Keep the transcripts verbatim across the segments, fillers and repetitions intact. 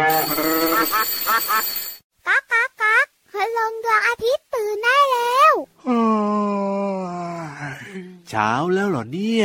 ก๊ากก๊ากก๊ากคืนลงดวงอาทิตย์ตื่นได้แล้วเช้าแล้วเหรอเนี่ย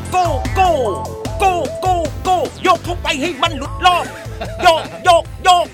โก้โก้โก้โก้โก้โยกเข้าไปให้มันหลุดรอบโยกโยกโยก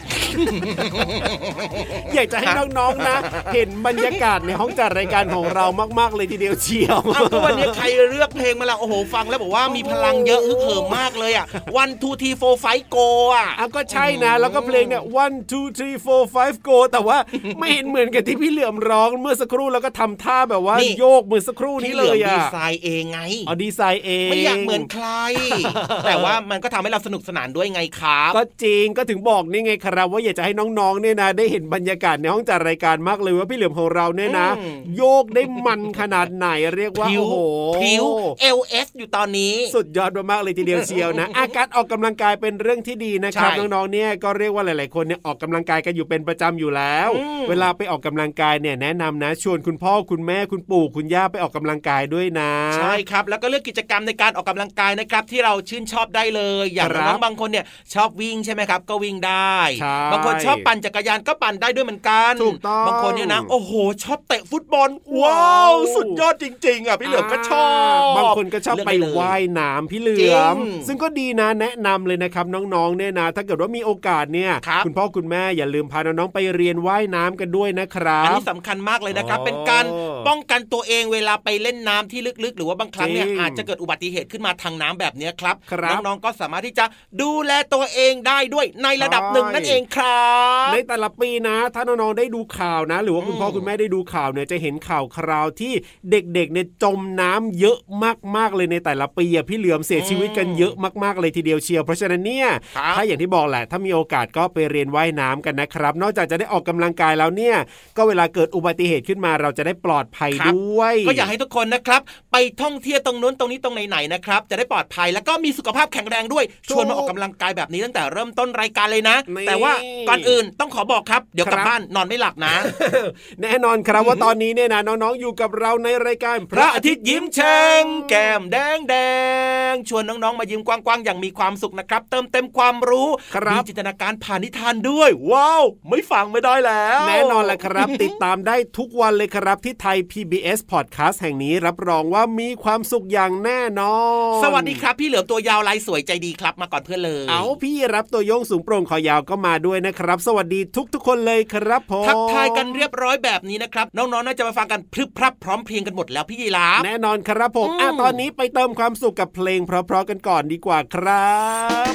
อยากจะให้น้องๆนะเห็นบรรยากาศในห้องจัดรายการของเรามากๆเลยทีเดียวเชียวอ้าวก็วันนี้ใครเลือกเพลงมาแล้วโอ้โหฟังแล้วบอกว่ามีพลังเยอะฮึกเหิมมากเลยอ่ะ one two three four five go อ่ะอ้าวก็ใช่นะแล้วก็เพลงเนี่ย one two three four five go แต่ว่าไม่เห็นเหมือนกับที่พี่เหลือมร้องเมื่อสักครู่แล้วก็ทำท่าแบบว่าโยกเหมือนสักครู่นี้เลยอ่ะดีไซน์เองไงอ๋อดีไซน์เองไม่อยากเหมือนใครแต่ว่ามันก็ทำให้เราสนุกสนานด้วยไงครับก็จริงก็ถึงบอกนี่ไงครับว่าอยากจะให้น้องๆเนี่ยนะได้เห็นบรรยากาศในห้องจัดรายการมากเลยว่าพี่เหลือมของเราเนี่ยนะโยกได้มันขนาดไหนเรียกว่าโอ้โหผิว เอล เอส อยู่ตอนนี้สุดยอดมากๆเลยทีเดียวเชียวนะอาการออกกำลังกายเป็นเรื่องที่ดีนะครับน้องๆเนี่ยก็เรียกว่าหลายๆคนเนี่ยออกกำลังกายกันอยู่เป็นประจำอยู่แล้วเวลาไปออกกำลังกายเนี่ยแนะนำนะชวนคุณพ่อคุณแม่คุณปู่คุณย่าไปออกกำลังกายด้วยนะใช่ครับแล้วก็เลือกกิจกรรมในการออกกำลังกายนะครับที่เราชื่นชอบได้เลยอย่างน้องบางคนเนี่ยชอบวิ่งใช่ไหมครับก็วิ่งได้บางคนชอบปั่นจักรยานก็ปั่นได้ด้วยเหมือนกันถูกต้องบางคนเนี่ยนะโอ้โหชอบเตะฟุตบอลว้าวสุดยอดจริงๆอ่ะพี่เหลือมก็ชอบบางคนก็ชอบไปว่ายน้ำพี่เหลือมซึ่งก็ดีนะแนะนำเลยนะครับน้องๆเนี่ยนะถ้าเกิดว่ามีโอกาสเนี่ยคุณพ่อคุณแม่อย่าลืมพาน้องๆไปเรียนว่ายน้ำกันด้วยนะครับอันนี้สำคัญมากเลยนะครับเป็นการป้องกันตัวเองเวลาไปเล่นน้ำที่ลึกๆหรือว่าบางครั้งเนี่ยอาจจะเกิดอุบัติเหตุขึ้นมาทางน้ำแบบนี้ครับน้องๆก็สามารถที่จะดูแลตัวเองได้ด้วยในระดับหนึ่งนั่นเองครับในแต่ละปีนะถ้าน้องๆได้ดูข่าวนะหรือว่าคุณพ่อคุณแม่ได้ดูข่าวเนี่ยจะเห็นข่าวคราวที่เด็กๆเนี่ยจมน้ำเยอะมากๆเลยในแต่ละปีพี่เหลือมเสียชีวิตกันเยอะมากๆเลยทีเดียวเชียวเพราะฉะนั้นเนี่ยถ้าอย่างที่บอกแหละถ้ามีโอกาสก็ไปเรียนว่ายน้ำกันนะครับนอกจากจะได้ออกกำลังกายแล้วเนี่ยก็เวลาเกิดอุบัติเหตุขึ้นมาเราจะได้ปลอดภัยด้วยก็อยากให้ทุกคนนะครับไปท่องเที่ยวตรงนู้นตรงนี้ตรงไหนๆนะครับจะได้ปลอดภัยแล้วก็มีสุขภาพแข็งแรงด้วยชวนมาออกกำลังกายแบบนี้ตั้งแต่เริ่มต้นรายการเลยนะแต่ว่าก่อนอื่นต้องขอบอกครับเดี๋ยวกลับบ้านนอนไม่หลับนะแน่นอนครับว่าตอนนี้เนี่ยนะน้องๆอยู่กับเราในรายการพระอาทิตย์ยิ้มแฉ่งแก้มแดงแดงชวนน้องๆมายิ้มกว้างๆอย่างมีความสุขนะครับเติมเต็มความรู้มีจินตนาการผ่านนิทานด้วยว้าวไม่ฟังไม่ได้แล้วแน่นอนแหละครับ ติดตามได้ทุกวันเลยครับที่ไทย พี บี เอส Podcast แห่งนี้รับรองว่ามีความสุขอย่างแน่นอนสวัสดีครับพี่เหลือมตัวยาวลายสวยใจดีครับมาก่อนเพื่อนเลยเอาพี่รับตัวโยงสูงโปร่งคอยาวก็มาด้วยนะครับสวัสดีทุกๆคนเลยครับผมทักทายกันเรียบร้อยแบบนี้นะครับน้องๆน่าจะมาฟังกันพรึบพรับพร้อมเพรียงกันหมดแล้วพี่ยีราฟแน่นอนครับผมอ่ะตอนนี้ไปเติมความสุขกับเพลงเพราะๆกันก่อนดีกว่าครับ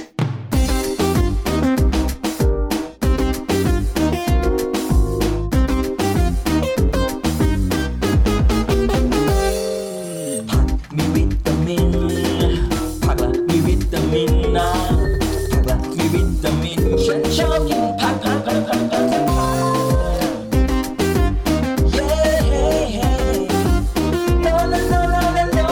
ชอบกินผักผักผักผักผักผักเย้เฮ้เฮ้โนโนโนโนโน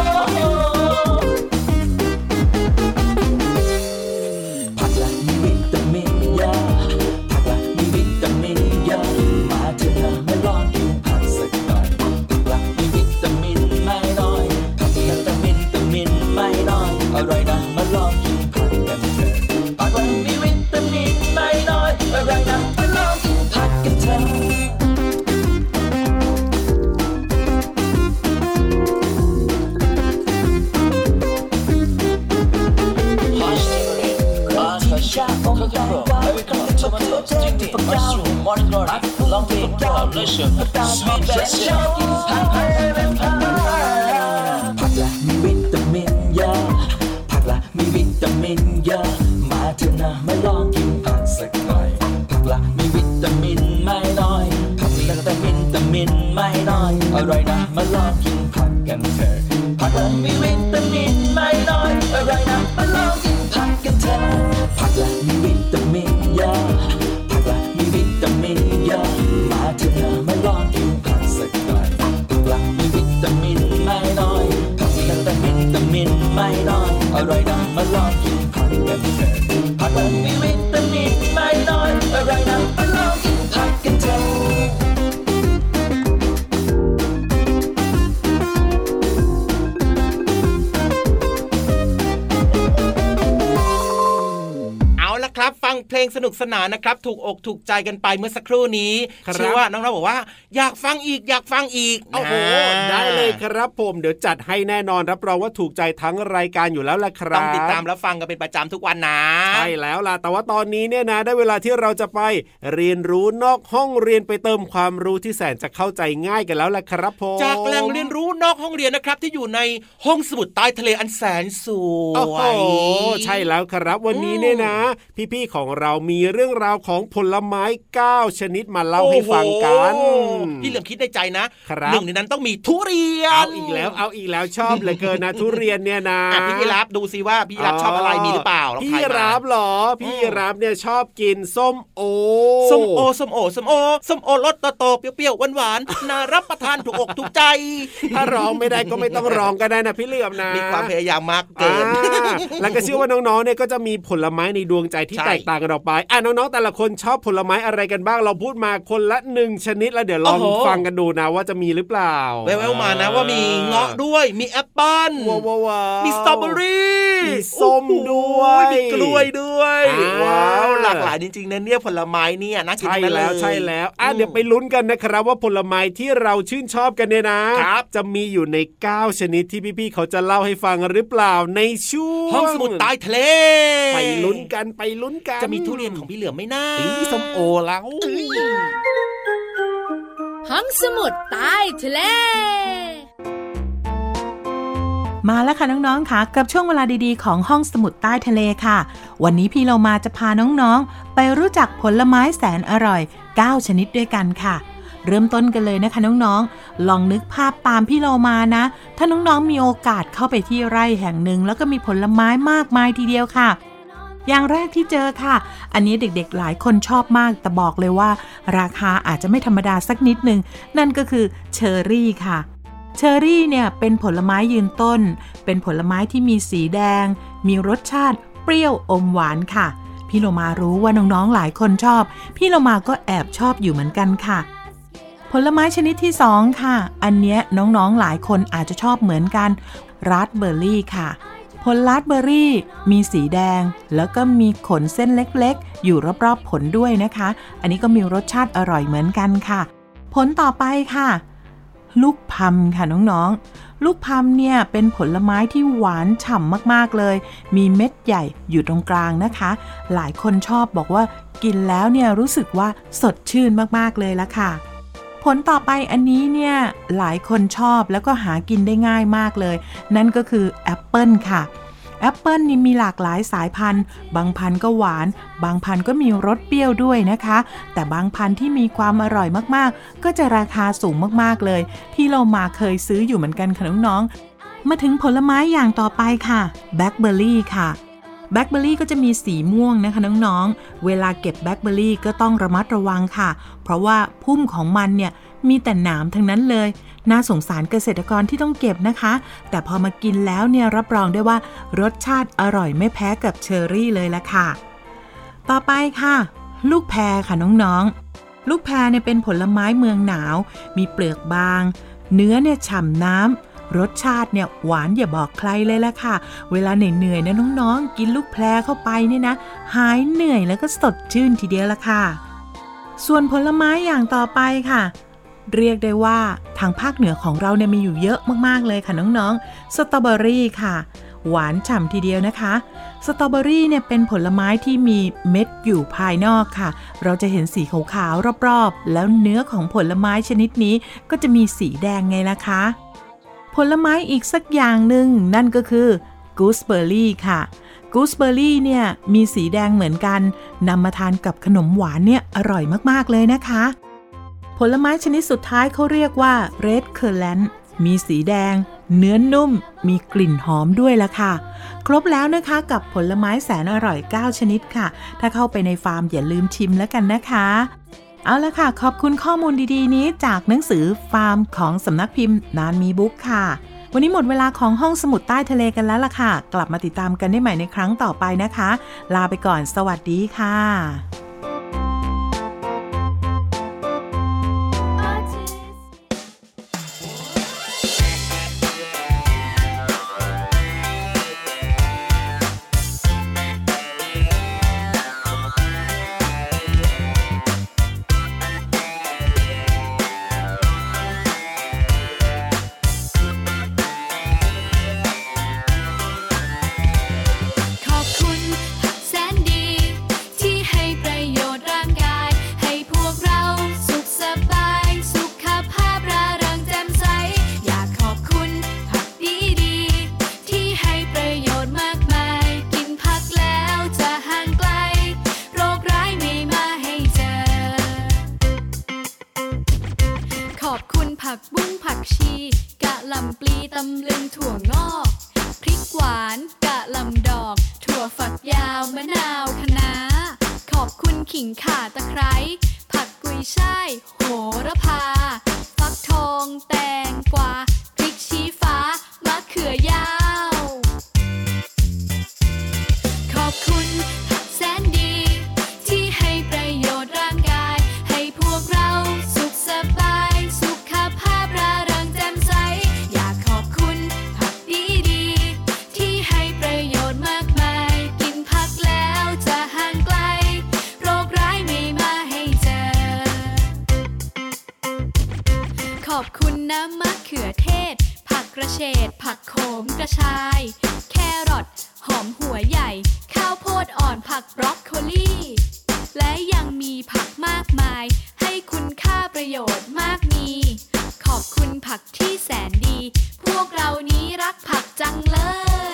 ผักละมีวิตามินเยอะผักละมีวิตามินเยอะมาเถอะนะมาลองกินผักสักหน่อยผักละมีวิตามินไม่น้อยผักละวิตามินวิตามินไม่น้อยอร่อยนะมาลองกินผักกันเถอะผักละมีวิตามินไม่น้อยอะไรนะมาลองกินผักกันเถอะชาโอเคโปรไอวิคอนโทมัโตสติ๊กตี้มัชรูมมอร์นิ่งกลอรี่ลองกินผักเลชั่นสวีทเบสชอบกินผักผักผักละมีวิตามินเยอะผักละมีวิตามินเยอะมาเถอะนะมาลองกินผักสักหน่อยผักละมีวิตามินไม่น้อยผักละแต่วิตามินไม่น้อยอร่อยนะมาลองกินผักกันเถอะผักละมีวิตามินไม่น้อยอร่อยนะมาลองกินผักกันเถอะผักละมีวิตามินเยอะผักละมีวิตามินเยอะมาเถอะนะมาลองกินผักสักหน่อยผักละมีวิตามินไม่น้อยผักละแต่วิตามินไม่น้อยอร่อยนะมาลองกินผักกันเถอะผักละมีวิตามินไม่น้อยอร่อยนะมาลองกินผักกันเถอะครับฟังเพลงสนุกสนานนะครับถูกอกถูกใจกันไปเมื่อสักครู่นี้เชื่อว่าน้องๆบอกว่าอยากฟังอีกอยากฟังอีกโอ้โหได้เลยครับผมเดี๋ยวจัดให้แน่นอนรับรองว่าถูกใจทั้งรายการอยู่แล้วล่ะครับต้องติดตามแล้วฟังกันเป็นประจำทุกวันนะใช่แล้วล่ะแต่ว่าตอนนี้เนี่ยนะได้เวลาที่เราจะไปเรียนรู้นอกห้องเรียนไปเติมความรู้ที่แสนจะเข้าใจง่ายกันแล้วล่ะครับผมจากแหล่งเรียนรู้นอกห้องเรียนนะครับที่อยู่ในห้องสมุดใต้ทะเลอันแสนสวยโอ้โหใช่แล้วครับวันนี้เนี่ยนะพี่ๆของเรามีเรื่องราวของผลไม้เก้าชนิดมาเล่าให้ฟังกันพี่เหลือมคิดในใจนะหนึ่งในนั้นต้องมีทุเรียนเอาอีกแล้วเอาอีกแล้วชอบเหลือเกินนะทุเรียนเนี่ยนะพี่ยีราฟดูซิว่าพี่ยีราฟชอบอะไรมีหรือเปล่าพี่ยีราฟหรอพี่ยีราฟเนี่ยชอบกินส้มโอส้มโอส้มโอส้มโอส้มโอรสโตๆเปรี้ยวๆหวานๆน่ารับประทานถูกอกถูกใจถ้าร้องไม่ได้ก็ไม่ต้องร้องก็ได้นะพี่เหลือมนะมีความพยายามมากเกินแล้วก็เชื่อว่าน้องๆเนี่ยก็จะมีผลไม้ในดวงใจที่แตกต่างกันออกไปอ่ะน้องๆแต่ละคนชอบผลไม้อะไรกันบ้างเราพูดมาคนละหนึ่งชนิดแล้วเดี๋ยวลองฟังกันดูนะว่าจะมีหรือเปล่าแววๆมานะว่ามีเงาะด้วยมีแอปเปิ้ลมีสตรอเบอรี่มีส้มด้วยมีกล้วยด้วยว้าวหลากหลายจริงๆนะเนี่ยผลไม้เนี่ยน่ากินทั้งนั้นเลยใช่แล้วอ่ะเดี๋ยวไปลุ้นกันนะครับว่าผลไม้ที่เราชื่นชอบกันเนี่ยนะจะมีอยู่ในเก้าชนิดที่พี่ๆเขาจะเล่าให้ฟังหรือเปล่าในช่วงห้องสมุดใต้ทะเลไปลุ้นกันไปลุ้นกันจะมีทุเรียนของพี่เหลือมไหมนะมีส้มโอแล้วห้องสมุดใต้ทะเลมาแล้วค่ะน้องๆค่ะกับช่วงเวลาดีๆของห้องสมุดใต้ทะเลค่ะวันนี้พี่เรามาจะพาน้องๆไปรู้จักผลไม้แสนอร่อยเก้าชนิดด้วยกันค่ะเริ่มต้นกันเลยนะคะน้องๆลองนึกภาพตามพี่เรามานะถ้าน้องๆมีโอกาสเข้าไปที่ไร่แห่งหนึ่งแล้วก็มีผลไม้มากมายทีเดียวค่ะอย่างแรกที่เจอค่ะอันนี้เด็กๆหลายคนชอบมากแต่บอกเลยว่าราคาอาจจะไม่ธรรมดาสักนิดนึงนั่นก็คือเชอร์รี่ค่ะเชอร์รี่เนี่ยเป็นผลไม้ยืนต้นเป็นผลไม้ที่มีสีแดงมีรสชาติเปรี้ยวอมหวานค่ะพี่โลมารู้ว่าน้องๆหลายคนชอบพี่โลมาก็แอบชอบอยู่เหมือนกันค่ะผลไม้ชนิดที่สองค่ะอันเนี้ยน้องๆหลายคนอาจจะชอบเหมือนกันราสเบอร์รี่ค่ะผลราสเบอร์รี่มีสีแดงแล้วก็มีขนเส้นเล็กๆอยู่รอบๆผลด้วยนะคะอันนี้ก็มีรสชาติอร่อยเหมือนกันค่ะผลต่อไปค่ะลูกพลัมค่ะน้องๆลูกพลัมเนี่ยเป็นผลไม้ที่หวานฉ่ำมากๆเลยมีเม็ดใหญ่อยู่ตรงกลางนะคะหลายคนชอบบอกว่ากินแล้วเนี่ยรู้สึกว่าสดชื่นมากๆเลยละค่ะผลต่อไปอันนี้เนี่ยหลายคนชอบแล้วก็หากินได้ง่ายมากเลยนั่นก็คือแอปเปิ้ลค่ะแอปเปิ้ลนี่มีหลากหลายสายพันธุ์บางพันธุ์ก็หวานบางพันธุ์ก็มีรสเปรี้ยวด้วยนะคะแต่บางพันธุ์ที่มีความอร่อยมากๆก็จะราคาสูงมากๆเลยพี่เรามาเคยซื้ออยู่เหมือนกันค่ะน้องๆมาถึงผลไม้อย่างต่อไปค่ะแบล็คเบอร์รี่ค่ะแบล็คเบอร์รี่ก็จะมีสีม่วงนะคะน้องๆเวลาเก็บแบล็คเบอร์รี่ก็ต้องระมัดระวังค่ะเพราะว่าพุ่มของมันเนี่ยมีแต่หนามทั้งนั้นเลยน่าสงสารเกษตรกรที่ต้องเก็บนะคะแต่พอมากินแล้วเนี่ยรับรองได้ว่ารสชาติอร่อยไม่แพ้กับเชอร์รี่เลยละค่ะต่อไปค่ะลูกแพรค่ะน้องๆลูกแพรเนี่ยเป็นผลไม้เมืองหนาวมีเปลือกบางเนื้อเนี่ยฉ่ำน้ำรสชาติเนี่ยหวานอย่าบอกใครเลยละค่ะเวลาเหนื่อยๆนะน้องๆกินลูกแพรเข้าไปเนี่ยนะหายเหนื่อยแล้วก็สดชื่นทีเดียวละค่ะส่วนผลไม้อย่างต่อไปค่ะเรียกได้ว่าทางภาคเหนือของเราเนี่ยมีอยู่เยอะมากๆเลยค่ะน้องๆสตรอเบอรี่ค่ะหวานฉ่ำทีเดียวนะคะสตรอเบอรี่เนี่ยเป็นผลไม้ที่มีเม็ดอยู่ภายนอกค่ะเราจะเห็นสีขาวๆรอบๆแล้วเนื้อของผลไม้ชนิดนี้ก็จะมีสีแดงไงล่ะคะผลไม้อีกสักอย่างหนึ่งนั่นก็คือกูสเบอร์รี่ค่ะกูสเบอร์รี่เนี่ยมีสีแดงเหมือนกันนำมาทานกับขนมหวานเนี่ยอร่อยมากๆเลยนะคะผลไม้ชนิดสุดท้ายเขาเรียกว่า Red Currant มีสีแดงเนื้อนุ่มมีกลิ่นหอมด้วยล่ะค่ะครบแล้วนะคะกับผลไม้แสนอร่อยเก้าชนิดค่ะถ้าเข้าไปในฟาร์มอย่าลืมชิมแล้วกันนะคะเอาละค่ะขอบคุณข้อมูลดีๆนี้จากหนังสือฟาร์มของสำนักพิมพ์นานมีบุ๊กค่ะวันนี้หมดเวลาของห้องสมุดใต้ทะเลกันแล้วล่ะค่ะกลับมาติดตามกันได้ใหม่ในครั้งต่อไปนะคะลาไปก่อนสวัสดีค่ะารกะหล่ำดอกถั่วฝักยาวมะนาวคะน้าขอบคุณขิงข่าตะไคร้ผักกุยช่ายโหระพาฟักทองแตงกวาพริกชี้ฟ้ามะเขือยาวขอบคุณผักแสนดีที่ให้ประโยชน์ร่างกายให้พวกเราสุขสบายสุขภาพร่าเริงแจ่มใสอยากขอบคุณผักดีๆที่ให้ประโยชน์มากมายกินผักแล้วจะห่างไกลโรคร้ายไม่มาให้เจอขอบคุณน้ำมะเขือเทศผักกระเฉดผักโขมกระชายแครอทหอมหัวใหญ่ข้าวโพดอ่อนผักบรอกโคลีและยังมีผักมากมายให้คุณค่าประโยชน์มากมีขอบคุณผักที่แสนดีพวกเรานี้รักผักจังเลย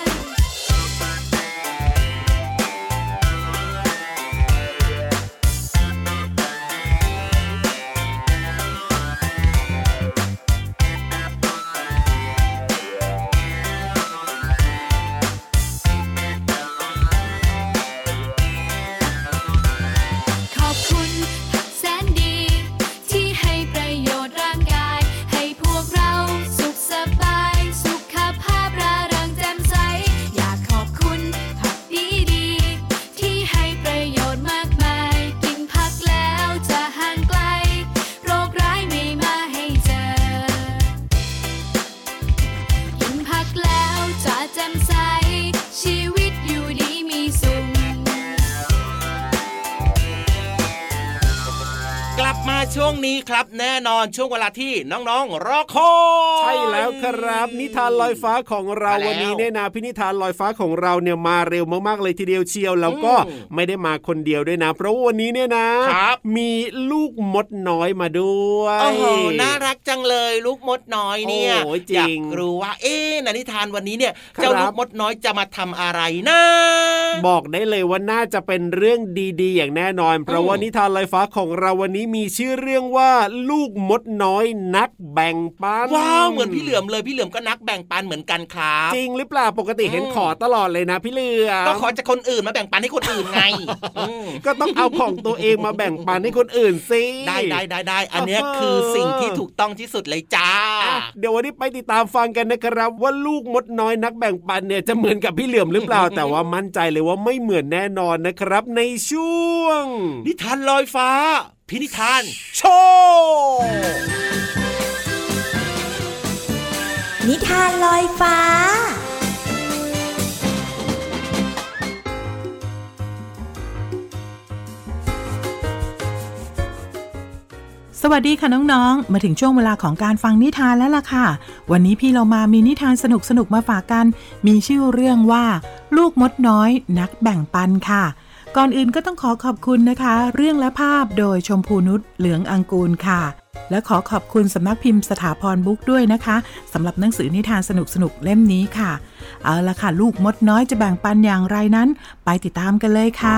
ช่วงนี้ครับแน่นอนช่วงเวลาที่น้องๆรอคอยใช่แล้วครับนิทานลอยฟ้าของเราวันนี้เนี่ยนะพี่นิทานลอยฟ้าของเราเนี่ยมาเร็วมากๆเลยทีเดียวเชียวแล้วก็ไม่ได้มาคนเดียวด้วยนะเพราะวันนี้เนี่ยนะมีลูกมดน้อยมาด้วยโอ้โหน่ารักจังเลยลูกมดน้อยเนี่ยอยากรู้ว่าเอ๊ะในนิทานวันนี้เนี่ยเจ้าลูกมดน้อยจะมาทำอะไรนะบอกได้เลยว่าน่าจะเป็นเรื่องดีๆอย่างแน่นอนเพราะว่านิทานลอยฟ้าของเราวันนี้มีชื่อเรื่องว่าลูกมดน้อยนักแบ่งปันว้าวเหมือนพี่เหลือมเลยพี่เหลือมก็นักแบ่งปันเหมือนกันครับจริงหรือเปล่าปกติเห็นขอตลอดเลยนะพี่เหลือมก็ขอจากคนอื่นมาแบ่งปันให้คนอื่นไงก็ต้องเอาของตัวเองมาแบ่งปันให้คนอื่นสิได้ได้ได้ได้อันนี้คือสิ่งที่ถูกต้องที่สุดเลยจ้าเดี๋ยววันนี้ไปติดตามฟังกันนะครับว่าลูกมดน้อยนักแบ่งปันเนี่ยจะเหมือนกับพี่เหลือมหรือเปล่า แต่ว่ามั่นใจเลยว่าไม่เหมือนแน่นอนนะครับในช่วงนิทานลอยฟ้าพินิธานโชว์นิทานลอยฟ้าสวัสดีค่ะน้องๆมาถึงช่วงเวลาของการฟังนิทานแล้วล่ะค่ะวันนี้พี่เรามามีนิทานสนุกๆมาฝากกันมีชื่อเรื่องว่าลูกมดน้อยนักแบ่งปันค่ะก่อนอื่นก็ต้องขอขอบคุณนะคะเรื่องและภาพโดยชมพูนุชเหลืองอังกูลค่ะและขอขอบคุณสำนักพิมพ์สถาพรบุ๊กด้วยนะคะสำหรับหนังสือนิทานสนุกๆเล่มนี้ค่ะเอาล่ะค่ะลูกมดน้อยจะแบ่งปันอย่างไรนั้นไปติดตามกันเลยค่ะ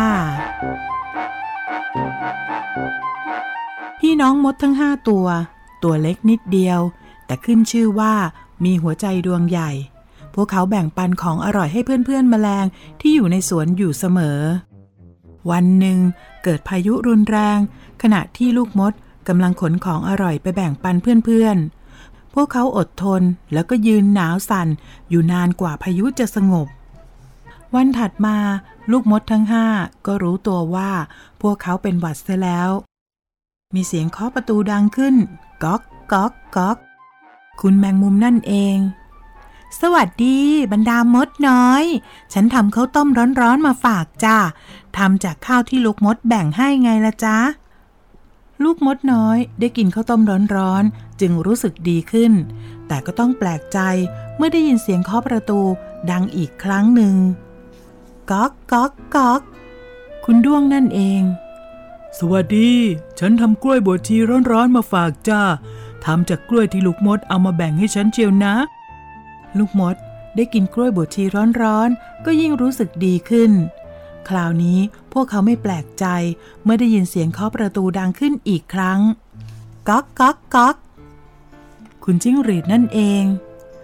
พี่น้องมดทั้งห้าตัวตัวเล็กนิดเดียวแต่ขึ้นชื่อว่ามีหัวใจดวงใหญ่พวกเขาแบ่งปันของอร่อยให้เพื่อนๆแมลงที่อยู่ในสวนอยู่เสมอวันหนึ่งเกิดพายุรุนแรงขณะที่ลูกมดกำลังขนของอร่อยไปแบ่งปันเพื่อนๆพวกเขาอดทนแล้วก็ยืนหนาวสั่นอยู่นานกว่าพายุจะสงบวันถัดมาลูกมดทั้งห้าก็รู้ตัวว่าพวกเขาเป็นหวัดเสียแล้วมีเสียงเคาะประตูดังขึ้นก๊อกก๊อกก๊อกคุณแมงมุมนั่นเองสวัสดีบรรดามดน้อยฉันทำข้าวต้มร้อนๆมาฝากจ้าทำจากข้าวที่ลูกมดแบ่งให้ไงล่ะจ๊ะลูกมดน้อยได้กินข้าวต้มร้อนๆจึงรู้สึกดีขึ้นแต่ก็ต้องแปลกใจเมื่อได้ยินเสียงเคาะประตูดังอีกครั้งหนึ่งก๊อกก๊อกก๊อกคุณด้วงนั่นเองสวัสดีฉันทำกล้วยบวชชีร้อนๆมาฝากจ้าทำจากกล้วยที่ลูกมดเอามาแบ่งให้ฉันเชียวนะลูกมดได้กินกล้วยบวชชีร้อนๆก็ยิ่งรู้สึกดีขึ้นคราวนี้พวกเขาไม่แปลกใจเมื่อได้ยินเสียงเคาะประตูดังขึ้นอีกครั้งก๊อกก๊อกก๊อกคุณจิ้งหรีดนั่นเอง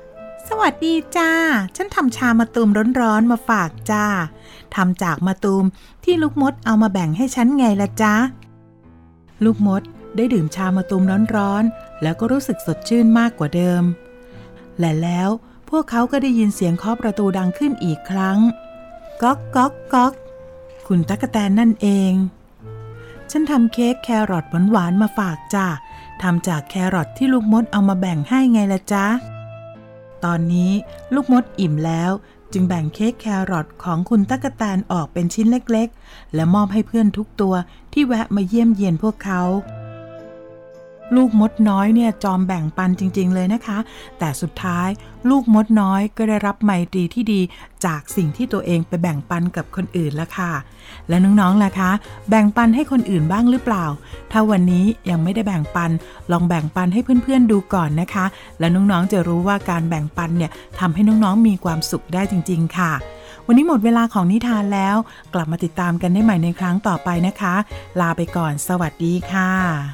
สวัสดีจ้าฉันทำชามะตูมร้อนๆมาฝากจ้าทำจากมะตูมที่ลูกมดเอามาแบ่งให้ฉันไงล่ะจ๊ะลูกมดได้ดื่มชามะตูมร้อนๆแล้วก็รู้สึกสดชื่นมากกว่าเดิมและแล้วพวกเขาก็ได้ยินเสียงเคาะประตูดังขึ้นอีกครั้งก๊อกก๊อกก๊อกคุณตั๊กแตนนั่นเองฉันทำเค้กแครอทหวานๆมาฝากจ้าทำจากแครอทที่ลูกมดเอามาแบ่งให้ไงล่ะจ๊ะตอนนี้ลูกมดอิ่มแล้วจึงแบ่งเค้กแครอทของคุณตั๊กแตนออกเป็นชิ้นเล็กๆและมอบให้เพื่อนทุกตัวที่แวะมาเยี่ยมเยียนพวกเขาลูกมดน้อยเนี่ยจอมแบ่งปันจริงๆเลยนะคะแต่สุดท้ายลูกมดน้อยก็ได้รับไมตรีที่ดีจากสิ่งที่ตัวเองไปแบ่งปันกับคนอื่นละค่ะและน้องๆล่ะคะแบ่งปันให้คนอื่นบ้างหรือเปล่าถ้าวันนี้ยังไม่ได้แบ่งปันลองแบ่งปันให้เพื่อนๆดูก่อนนะคะแล้วน้องๆจะรู้ว่าการแบ่งปันเนี่ยทำให้น้องๆมีความสุขได้จริงๆค่ะวันนี้หมดเวลาของนิทานแล้วกลับมาติดตามกันได้ใหม่ในครั้งต่อไปนะคะลาไปก่อนสวัสดีค่ะ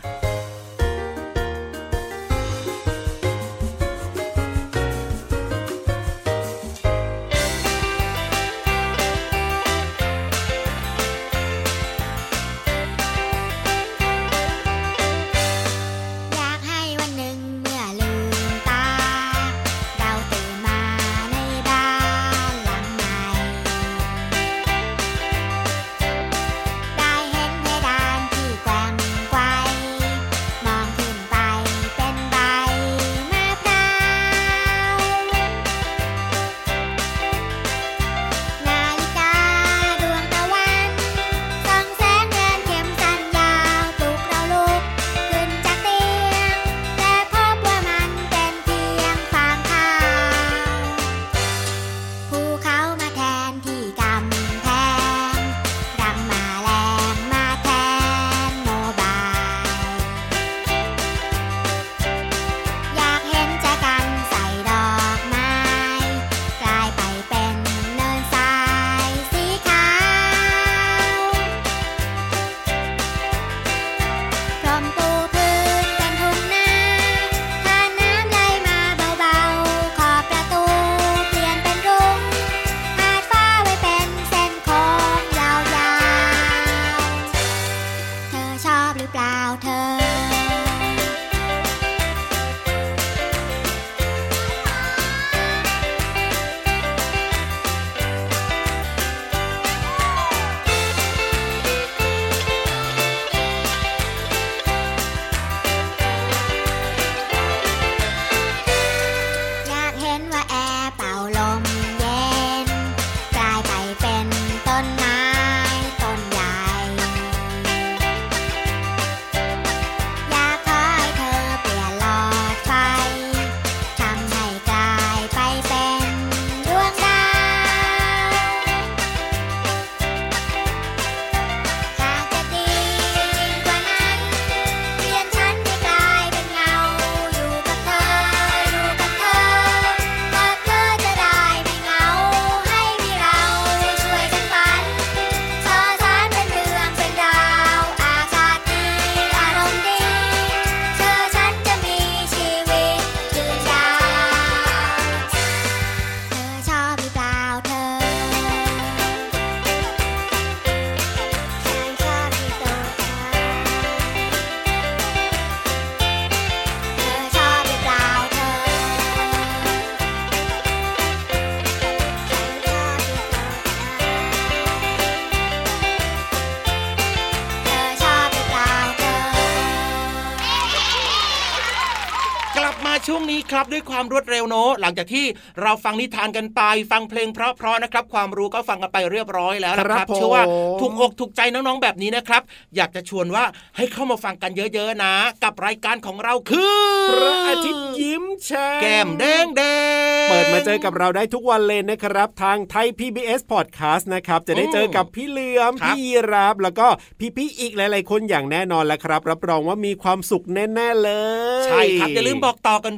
ช่วงนี้ครับด้วยความรวดเร็วโน้หลังจากที่เราฟังนิทานกันไปฟังเพลงเพราะๆนะครับความรู้ก็ฟังกันไปเรียบร้อยแล้วนะครับเชื่อว่าถูกอกถูกใจน้องๆแบบนี้นะครับอยากจะชวนว่าให้เข้ามาฟังกันเยอะๆนะกับรายการของเราคือพระอาทิตย์ยิ้มแฉ่งแก้มแดงแดงเปิดมาเจอกับเราได้ทุกวันเลยนะครับทางไทย พี บี เอส Podcast นะครับจะได้เจอกับพี่เหลือมพี่รับแล้วก็พี่ๆอีกหลายๆคนอย่างแน่นอนแล้วครับรับรองว่ามีความสุขแน่ๆเลยใช่ครับอย่าลืมบอกต่อกันด้วย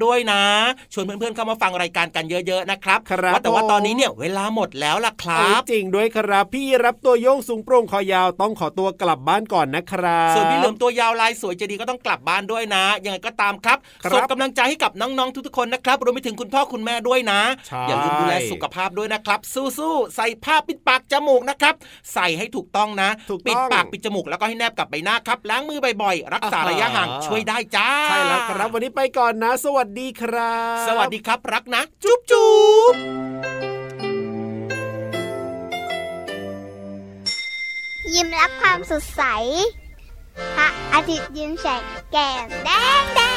ด้วยนะชวนเพื่อนๆเข้ามาฟังรายการกันเยอะๆนะครับครับว่าแต่ว่าตอนนี้เนี่ยเวลาหมดแล้วล่ะครับจริงด้วยครับพี่รับตัวโยงสูงโปร่งคอยาวต้องขอตัวกลับบ้านก่อนนะครับส่วนพี่เหลือมตัวยาวลายสวยใจดีก็ต้องกลับบ้านด้วยนะยังไงก็ตามครับส่งกำลังใจให้กับน้องๆทุกๆคนนะครับรวมไปถึงคุณพ่อคุณแม่ด้วยนะอย่าลืมดูแลสุขภาพด้วยนะครับสู้ๆใส่ผ้าปิดปากจมูกนะครับใส่ให้ถูกต้องนะปิดปากปิดจมูกแล้วก็ให้แนบกับใบหน้าครับล้างมือบ่อยๆรักษาระยะห่างช่วยได้จ้าใช่แล้วครับวันนี้ไปก่อนนะสวัสดีครับสวัสดีครับรักนะจุ๊บจุ๊บยิ้มรับความสดใสพระอาทิตย์ยิ้มแฉกแก้มแดงแดง